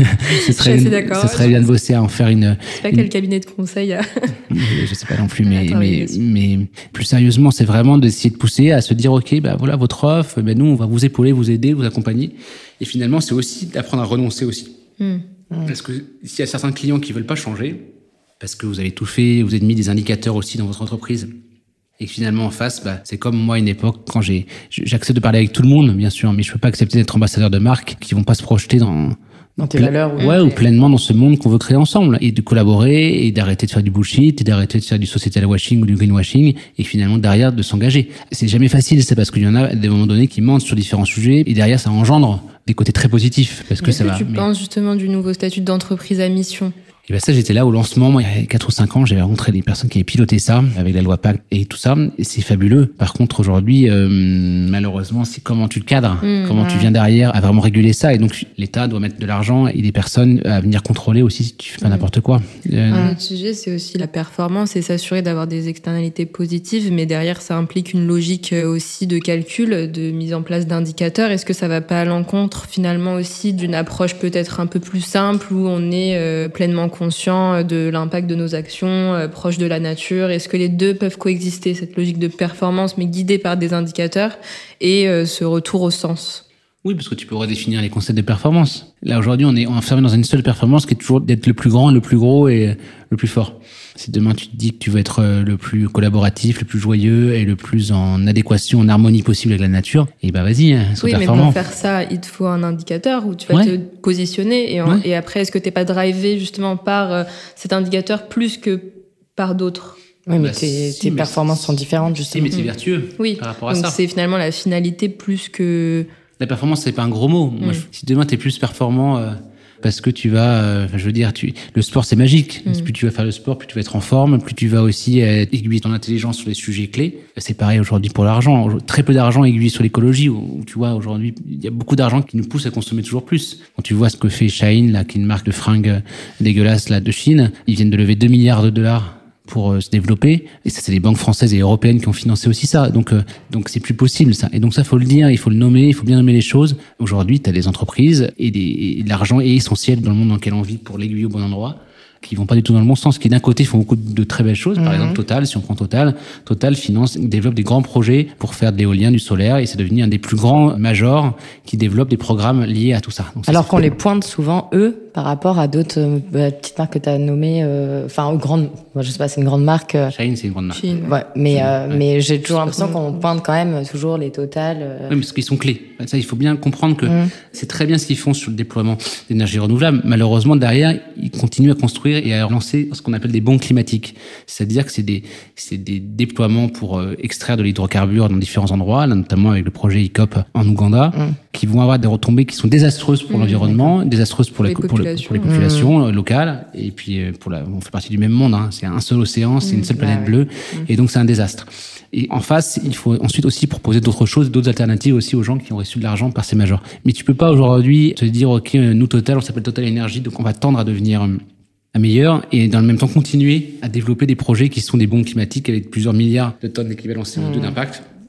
ce serait, une, ce serait bien de bosser à en faire une. Je sais pas une... quel cabinet de conseil a... je sais pas non plus, mais mais mais plus sérieusement, c'est vraiment d'essayer de pousser à se dire ok, bah voilà votre offre, ben nous on va vous épauler, vous aider, vous accompagner. Et finalement, c'est aussi d'apprendre à renoncer aussi, mmh. parce que s'il y a certains clients qui veulent pas changer, parce que vous avez tout fait, vous avez mis des indicateurs aussi dans votre entreprise, et que finalement en face, bah c'est comme moi à une époque quand j'ai, j'accepte de parler avec tout le monde, bien sûr, mais je peux pas accepter d'être ambassadeur de marques qui vont pas se projeter dans dans tes valeurs, ouais, ou pleinement dans ce monde qu'on veut créer ensemble, et de collaborer et d'arrêter de faire du bullshit et d'arrêter de faire du societal washing ou du greenwashing, et finalement derrière de s'engager. C'est jamais facile, c'est parce qu'il y en a à des moments donnés qui mentent sur différents sujets, et derrière ça engendre des côtés très positifs parce que Qu'est-ce ça que va. tu mais... penses justement du nouveau statut d'entreprise à mission? Et ben ça, j'étais là au lancement, moi, il y a quatre ou cinq ans, j'avais rencontré des personnes qui avaient piloté ça, avec la loi Pacte et tout ça, et c'est fabuleux. Par contre, aujourd'hui, euh, malheureusement, c'est comment tu le cadres, mmh, comment ouais. tu viens derrière à vraiment réguler ça, et donc l'État doit mettre de l'argent et des personnes à venir contrôler aussi si tu fais pas mmh. n'importe quoi. Euh... Un autre sujet, c'est aussi la performance et s'assurer d'avoir des externalités positives, mais derrière, ça implique une logique aussi de calcul, de mise en place d'indicateurs. Est-ce que ça va pas à l'encontre, finalement, aussi d'une approche peut-être un peu plus simple, où on est euh, pleinement conscient de l'impact de nos actions, euh, proche de la nature? Est-ce que les deux peuvent coexister, cette logique de performance mais guidée par des indicateurs, et euh, ce retour au sens? Oui, parce que tu peux redéfinir les concepts de performance. Là, aujourd'hui, on est enfermé dans une seule performance qui est toujours d'être le plus grand, le plus gros et le plus fort. Si demain tu te dis que tu veux être le plus collaboratif, le plus joyeux et le plus en adéquation, en harmonie possible avec la nature, et ben vas-y, hein, sois oui, performant. Oui, mais pour faire ça, il te faut un indicateur où tu vas ouais. te positionner, et, en, ouais. et après, est-ce que t'es pas drivé justement par euh, cet indicateur plus que par d'autres? Oui, mais bah, tes, si, tes mais performances sont différentes, justement. Si, mais c'est vertueux oui. par rapport à donc ça. Donc c'est finalement la finalité plus que... La performance, c'est pas un gros mot. Mm. Moi, je, si demain t'es plus performant euh, parce que tu vas, euh, je veux dire, tu, le sport c'est magique. Mm. Plus tu vas faire le sport, plus tu vas être en forme, plus tu vas aussi euh, aiguiller ton intelligence sur les sujets clés. C'est pareil aujourd'hui pour l'argent. Très peu d'argent aiguillé sur l'écologie. Où, où tu vois aujourd'hui, il y a beaucoup d'argent qui nous pousse à consommer toujours plus. Quand tu vois ce que fait Shein, là, qui est une marque de fringues dégueulasse là de Chine, ils viennent de lever deux milliards de dollars pour euh, se développer, et ça c'est les banques françaises et européennes qui ont financé aussi ça, donc euh, donc c'est plus possible ça, et donc ça faut le dire, il faut le nommer, il faut bien nommer les choses. Aujourd'hui tu as des entreprises et, des, et l'argent est essentiel dans le monde dans lequel on vit pour l'aiguiller au bon endroit, qui vont pas du tout dans le bon sens, qui d'un côté font beaucoup de très belles choses, par mmh. exemple Total, si on prend Total, Total finance, développe des grands projets pour faire de l'éolien, du solaire, et c'est devenu un des plus grands majors qui développe des programmes liés à tout ça. Donc, ça alors qu'on les pointe souvent, eux, par rapport à d'autres euh, petites marques que tu as nommées, enfin, euh, grandes, moi, je sais pas, c'est une grande marque. Euh... Shein, c'est une grande marque. Shein, ouais, mais, euh, ouais. mais j'ai toujours l'impression qu'on pointe quand même toujours les Total. Euh... Oui, parce qu'ils sont clés. Ça, il faut bien comprendre que mmh. c'est très bien ce qu'ils font sur le déploiement d'énergie renouvelable. Malheureusement, derrière, ils continuent à construire et à lancer ce qu'on appelle des bons climatiques. C'est-à-dire que c'est des, c'est des déploiements pour euh, extraire de l'hydrocarbure dans différents endroits, là, notamment avec le projet I C O P en Ouganda, mmh. qui vont avoir des retombées qui sont désastreuses pour mmh, l'environnement, d'accord. désastreuses pour, la, pour, le, pour les populations mmh. locales, et puis pour la, on fait partie du même monde, hein, c'est un seul océan, c'est mmh, une seule planète ouais. bleue, mmh. et donc c'est un désastre. Et en face, il faut ensuite aussi proposer d'autres choses, d'autres alternatives aussi aux gens qui ont reçu de l'argent par ces majors. Mais tu peux pas aujourd'hui te dire, ok, nous Total, on s'appelle Total Énergie, donc on va tendre à devenir à meilleur, et dans le même temps continuer à développer des projets qui sont des bombes climatiques avec plusieurs milliards de tonnes d'équivalent C O deux mmh. d'impact.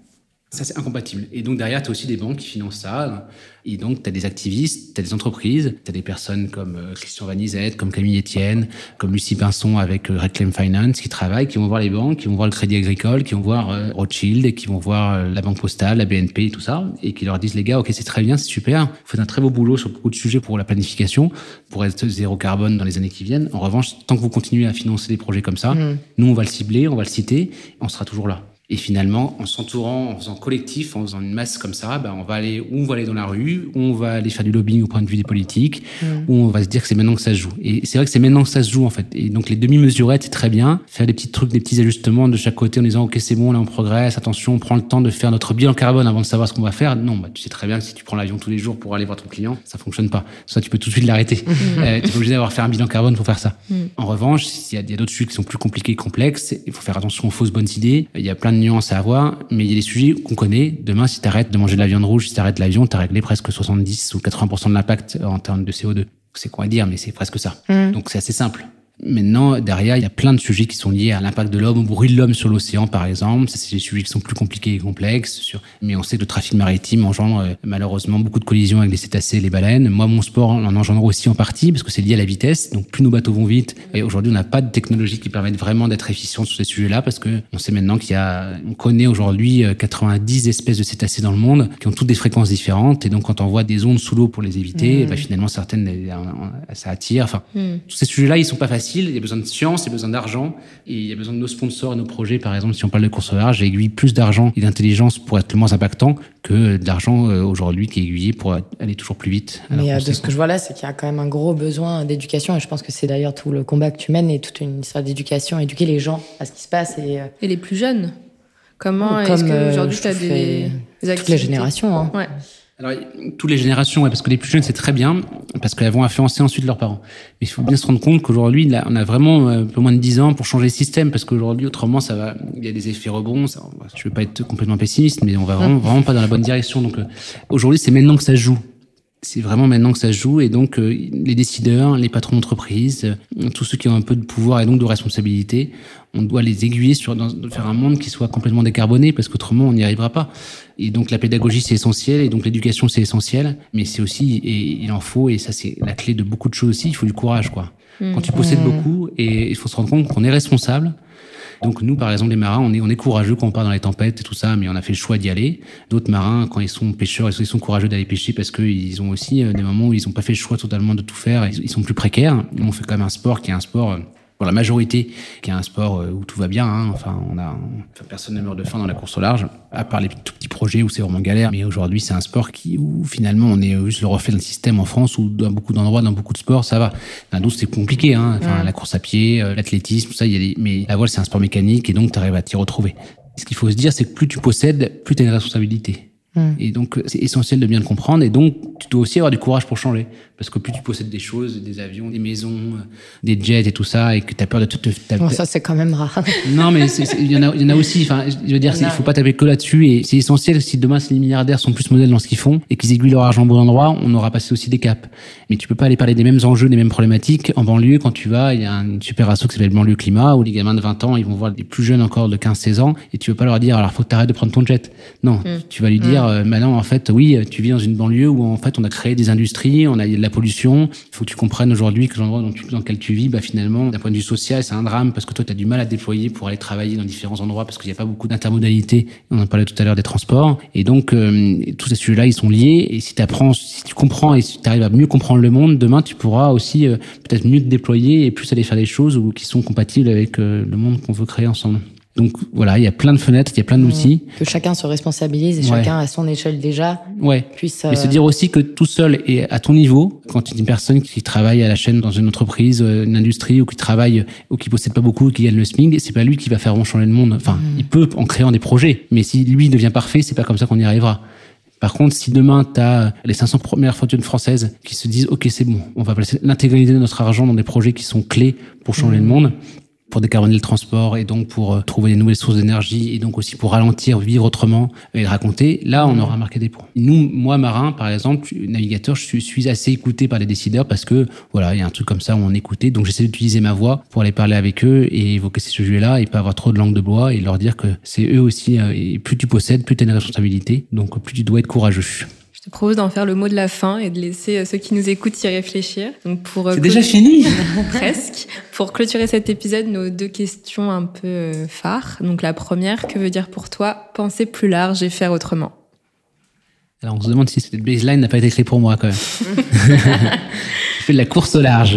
Ça, c'est incompatible. Et donc, derrière, tu as aussi des banques qui financent ça. Et donc, tu as des activistes, tu as des entreprises, tu as des personnes comme euh, Christian Vanizette, comme Camille Etienne, comme Lucie Pinson avec euh, Reclaim Finance qui travaillent, qui vont voir les banques, qui vont voir le Crédit Agricole, qui vont voir euh, Rothschild, et qui vont voir euh, la Banque Postale, la B N P, tout ça, et qui leur disent, les gars, ok, c'est très bien, c'est super, vous faites un très beau boulot sur beaucoup de sujets pour la planification, pour être zéro carbone dans les années qui viennent. En revanche, tant que vous continuez à financer des projets comme ça, mmh. nous, on va le cibler, on va le citer, on sera toujours là. Et finalement, en s'entourant, en faisant collectif, en faisant une masse comme ça, ben on va aller, ou on va aller dans la rue, ou on va aller faire du lobbying au point de vue des politiques, mmh. ou on va se dire que c'est maintenant que ça se joue. Et c'est vrai que c'est maintenant que ça se joue, en fait. Et donc, les demi-mesurettes, c'est très bien. Faire des petits trucs, des petits ajustements de chaque côté en disant, OK, c'est bon, là, on progresse, attention, on prend le temps de faire notre bilan carbone avant de savoir ce qu'on va faire. Non, bah, tu sais très bien que si tu prends l'avion tous les jours pour aller voir ton client, ça fonctionne pas. Ça, tu peux tout de suite l'arrêter. Mmh. Euh, tu es obligé d'avoir fait un bilan carbone pour faire ça. Mmh. En revanche, il y a, y a d'autres sujets qui sont plus compliqués et complexes. Il faut faire attention aux fausses bonnes idées. Il y a plein de nuances à avoir. Mais il y a des sujets qu'on connaît. Demain, si tu arrêtes de manger de la viande rouge, si tu arrêtes l'avion, tu as réglé presque soixante-dix ou quatre-vingts pour cent de l'impact en termes de C O deux. C'est quoi à dire, mais c'est presque ça. Mmh. Donc, c'est assez simple. Maintenant, derrière, il y a plein de sujets qui sont liés à l'impact de l'homme, au bruit de l'homme sur l'océan, par exemple. Ça, c'est des sujets qui sont plus compliqués et complexes. Sur... Mais on sait que le trafic maritime engendre euh, malheureusement beaucoup de collisions avec les cétacés et les baleines. Moi, mon sport en engendre aussi en partie parce que c'est lié à la vitesse. Donc, plus nos bateaux vont vite. Et aujourd'hui, on n'a pas de technologie qui permette vraiment d'être efficient sur ces sujets-là parce que on sait maintenant qu'il y a, on connaît aujourd'hui quatre-vingt-dix espèces de cétacés dans le monde qui ont toutes des fréquences différentes. Et donc, quand on voit des ondes sous l'eau pour les éviter, mmh. bah, finalement, certaines, ça attire. Enfin, mmh. tous ces sujets-là, ils sont pas faciles. Il y a besoin de science, il y a besoin d'argent et il y a besoin de nos sponsors et nos projets. Par exemple, si on parle de course au large, j'ai aiguillé plus d'argent et d'intelligence pour être le moins impactant que de l'argent euh, aujourd'hui qui est aiguillé pour aller toujours plus vite. Mais euh, de ce que je vois là, c'est qu'il y a quand même un gros besoin d'éducation et je pense que c'est d'ailleurs tout le combat que tu mènes et toute une histoire d'éducation, éduquer les gens à ce qui se passe. Et, euh... et les plus jeunes. Comment est-ce qu'aujourd'hui euh, tu as des, des activités? Toutes les générations. Hein. Ouais. Alors, toutes les générations, ouais, parce que les plus jeunes, c'est très bien, parce qu'elles vont influencer ensuite leurs parents. Mais il faut bien se rendre compte qu'aujourd'hui, là, on a vraiment un peu moins de dix ans pour changer le système, parce qu'aujourd'hui, autrement, ça va, il y a des effets rebonds. Ça, je veux pas être complètement pessimiste, mais on va vraiment, vraiment pas dans la bonne direction. Donc, euh, aujourd'hui, c'est maintenant que ça se joue. C'est vraiment maintenant que ça se joue et donc euh, les décideurs, les patrons d'entreprise, euh, tous ceux qui ont un peu de pouvoir et donc de responsabilité, on doit les aiguiller sur dans, de faire un monde qui soit complètement décarboné parce qu'autrement on n'y arrivera pas. Et donc la pédagogie c'est essentiel et donc l'éducation c'est essentiel, mais c'est aussi et il en faut et ça c'est la clé de beaucoup de choses aussi. Il faut du courage quoi. Mmh. Quand tu possèdes beaucoup et il faut se rendre compte qu'on est responsable. Donc nous, par exemple, les marins, on est, on est courageux quand on part dans les tempêtes et tout ça, mais on a fait le choix d'y aller. D'autres marins, quand ils sont pêcheurs, ils sont courageux d'aller pêcher parce qu'ils ont aussi des moments où ils n'ont pas fait le choix totalement de tout faire. Ils sont plus précaires. On fait quand même un sport qui est un sport... pour la majorité, qui est un sport où tout va bien, hein. Enfin, on a, enfin, personne ne meurt de faim dans la course au large, à part les tout petits projets où c'est vraiment galère. Mais aujourd'hui, c'est un sport qui, où finalement, on est juste le reflet d'un système en France où dans beaucoup d'endroits, dans beaucoup de sports, ça va. Dans d'autres, c'est compliqué, hein. Enfin, ouais. La course à pied, euh, l'athlétisme, tout ça, il y a des, mais la voile, c'est un sport mécanique et donc, tu arrives à t'y retrouver. Ce qu'il faut se dire, c'est que plus tu possèdes, plus tu as une responsabilité. Mmh. Et donc, c'est essentiel de bien le comprendre. Et donc, tu dois aussi avoir du courage pour changer. Parce que plus tu possèdes des choses, des avions, des maisons, des jets et tout ça, et que tu as peur de tout te... Bon, ça, c'est quand même rare. Non, mais il y en a, il y en a aussi. Enfin, je veux dire, il faut pas taper que là-dessus. Et c'est essentiel, si demain, si les milliardaires sont plus modèles dans ce qu'ils font, et qu'ils aiguillent leur argent au bon endroit, on aura passé aussi des caps. Mais tu peux pas aller parler des mêmes enjeux, des mêmes problématiques en banlieue quand tu vas, il y a une super asso qui s'appelle Banlieue Climat, où les gamins de vingt ans, ils vont voir des plus jeunes encore de quinze seize ans, et tu veux pas leur dire, alors faut que t'arrêtes de prendre ton jet. Non, mmh. tu vas lui dire, mmh. euh, maintenant, en fait, oui, tu vis dans une banlieue où, en fait, on a créé des industries, on a de la pollution. Il faut que tu comprennes aujourd'hui que l'endroit dans, tu, dans lequel tu vis, bah, finalement, d'un point de vue social, c'est un drame parce que toi, tu as du mal à te déployer pour aller travailler dans différents endroits parce qu'il n'y a pas beaucoup d'intermodalité. On en parlait tout à l'heure des transports. Et donc, euh, tous ces sujets-là, ils sont liés. Et si tu apprends, si tu comprends et si tu arrives à mieux comprendre le monde, demain, tu pourras aussi euh, peut-être mieux te déployer et plus aller faire des choses où, qui sont compatibles avec euh, le monde qu'on veut créer ensemble. Donc voilà, il y a plein de fenêtres, il y a plein d'outils. Que chacun se responsabilise et ouais. chacun à son échelle déjà ouais. puisse... Euh... Mais se dire aussi que tout seul et à ton niveau, quand tu es une personne qui travaille à la chaîne dans une entreprise, une industrie, ou qui travaille, ou qui possède pas beaucoup, ou qui gagne le SMIC, c'est pas lui qui va faire vraiment changer le monde. Enfin, mmh. il peut en créant des projets, mais si lui devient parfait, c'est pas comme ça qu'on y arrivera. Par contre, si demain, tu as les cinq cents premières fortunes françaises qui se disent « Ok, c'est bon, on va placer l'intégralité de notre argent dans des projets qui sont clés pour changer mmh. le monde », pour décarboner le transport et donc pour euh, trouver des nouvelles sources d'énergie et donc aussi pour ralentir, vivre autrement et le raconter, là, on aura marqué des points. Nous, moi, marin, par exemple, navigateur, je suis, suis assez écouté par les décideurs parce que, voilà, il y a un truc comme ça où on écoutait. Donc, j'essaie d'utiliser ma voix pour aller parler avec eux et évoquer ces sujets-là et pas avoir trop de langue de bois et leur dire que c'est eux aussi, euh, et plus tu possèdes, plus tu as une responsabilité. Donc, plus tu dois être courageux. Je te propose d'en faire le mot de la fin et de laisser ceux qui nous écoutent y réfléchir. Donc pour c'est déjà fini. Presque. Pour clôturer cet épisode, nos deux questions un peu phares. Donc la première, que veut dire pour toi penser plus large et faire autrement? Alors on se demande si cette baseline n'a pas été écrite pour moi quand même. Je fais de la course au large.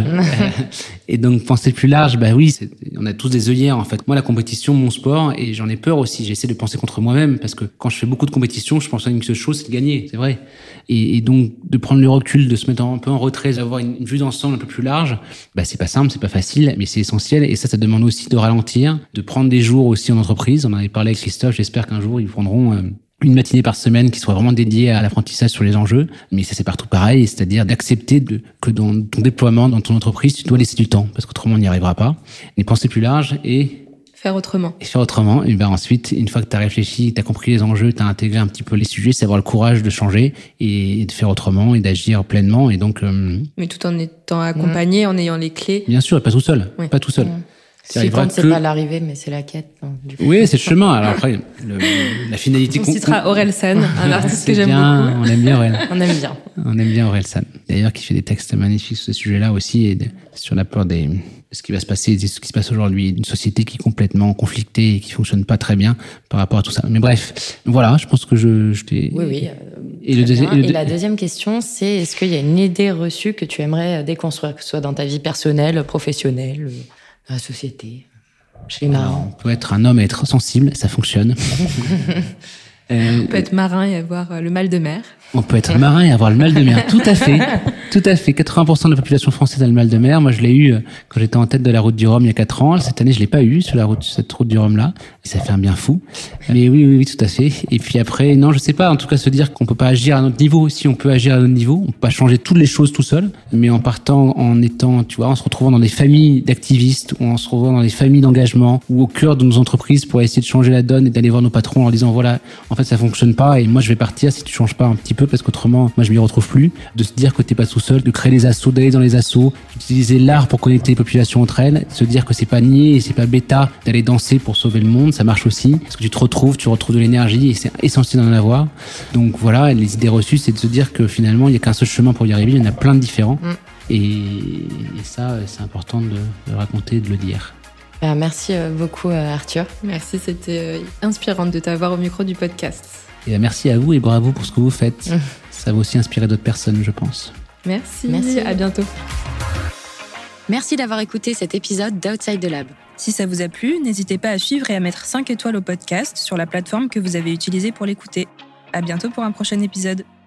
Et donc penser plus large, bah oui, c'est, on a tous des œillères en fait. Moi la compétition, mon sport, et j'en ai peur aussi. J'essaie de penser contre moi-même parce que quand je fais beaucoup de compétitions, je pense à une seule chose, c'est de gagner, c'est vrai. Et, et donc de prendre le recul, de se mettre un peu en retrait, d'avoir une, une vue d'ensemble un peu plus large, bah c'est pas simple, c'est pas facile, mais c'est essentiel. Et ça, ça demande aussi de ralentir, de prendre des jours aussi en entreprise. On en avait parlé avec Christophe. J'espère qu'un jour ils prendront euh, une matinée par semaine qui soit vraiment dédiée à l'apprentissage sur les enjeux. Mais ça, c'est partout pareil, c'est-à-dire d'accepter de, que dans ton déploiement, dans ton entreprise, tu dois laisser du temps, parce qu'autrement, on n'y arrivera pas. Et penser plus large et... Faire autrement. Et faire autrement. Et ben ensuite, une fois que tu as réfléchi, tu as compris les enjeux, tu as intégré un petit peu les sujets, c'est avoir le courage de changer et de faire autrement et d'agir pleinement. Et donc... Euh... Mais tout en étant accompagné, mmh. en ayant les clés. Bien sûr, pas tout seul. Oui. Pas tout seul. Mmh. Ce qui compte, c'est que... pas l'arrivée, mais c'est la quête. Non, du coup. Oui, c'est le chemin. Alors après, le, la finalité... On citera Orelsan, un artiste que j'aime bien, beaucoup. On aime bien Aurel. On aime bien. On aime bien Orelsan. D'ailleurs, qui fait des textes magnifiques sur ce sujet-là aussi, et de, sur la peur des, de ce qui va se passer, de ce qui se passe aujourd'hui, d'une société qui est complètement conflictée et qui fonctionne pas très bien par rapport à tout ça. Mais bref, voilà, je pense que je, je t'ai... Oui, oui. Euh, et, le deuxième, et, le... et la deuxième question, c'est est-ce qu'il y a une idée reçue que tu aimerais déconstruire, que ce soit dans ta vie personnelle, professionnelle, dans la société? Alors, on peut être un homme et être sensible, ça fonctionne. euh, on peut être marin et avoir le mal de mer. On peut être marin et avoir le mal de mer, tout à fait. Tout à fait. quatre-vingts pour cent de la population française a le mal de mer. Moi, je l'ai eu quand j'étais en tête de la route du Rhum il y a quatre ans. Cette année, je l'ai pas eu sur la route, cette route du Rhum-là. Et ça fait un bien fou. Mais oui, oui, oui, tout à fait. Et puis après, non, je sais pas. En tout cas, se dire qu'on peut pas agir à notre niveau. Si on peut agir à notre niveau, on peut pas changer toutes les choses tout seul. Mais en partant, en étant, tu vois, en se retrouvant dans des familles d'activistes, ou en se retrouvant dans des familles d'engagement, ou au cœur de nos entreprises pour essayer de changer la donne et d'aller voir nos patrons en leur disant, voilà, en fait, ça fonctionne pas et moi, je vais partir si tu changes pas un petit peu parce qu'autrement, moi, je m'y retrouve plus. De se dire que t'es pas tout seul, de créer les assos, d'aller dans les assos, d'utiliser l'art pour connecter les populations entre elles, se dire que c'est pas nier et c'est pas bêta d'aller danser pour sauver le monde, ça marche aussi. Parce que tu te retrouves, tu retrouves de l'énergie et c'est essentiel d'en avoir. Donc voilà, les idées reçues, c'est de se dire que finalement, il y a qu'un seul chemin pour y arriver, il y en a plein de différents. Mm. Et, et ça, c'est important de, de raconter, de le dire. Euh, merci beaucoup, Arthur. Merci, c'était inspirant de t'avoir au micro du podcast. Et merci à vous et bravo pour ce que vous faites. Mmh. Ça va aussi inspirer d'autres personnes, je pense. Merci. Merci. À bientôt. Merci d'avoir écouté cet épisode d'Outside the Lab. Si ça vous a plu, n'hésitez pas à suivre et à mettre cinq étoiles au podcast sur la plateforme que vous avez utilisée pour l'écouter. À bientôt pour un prochain épisode.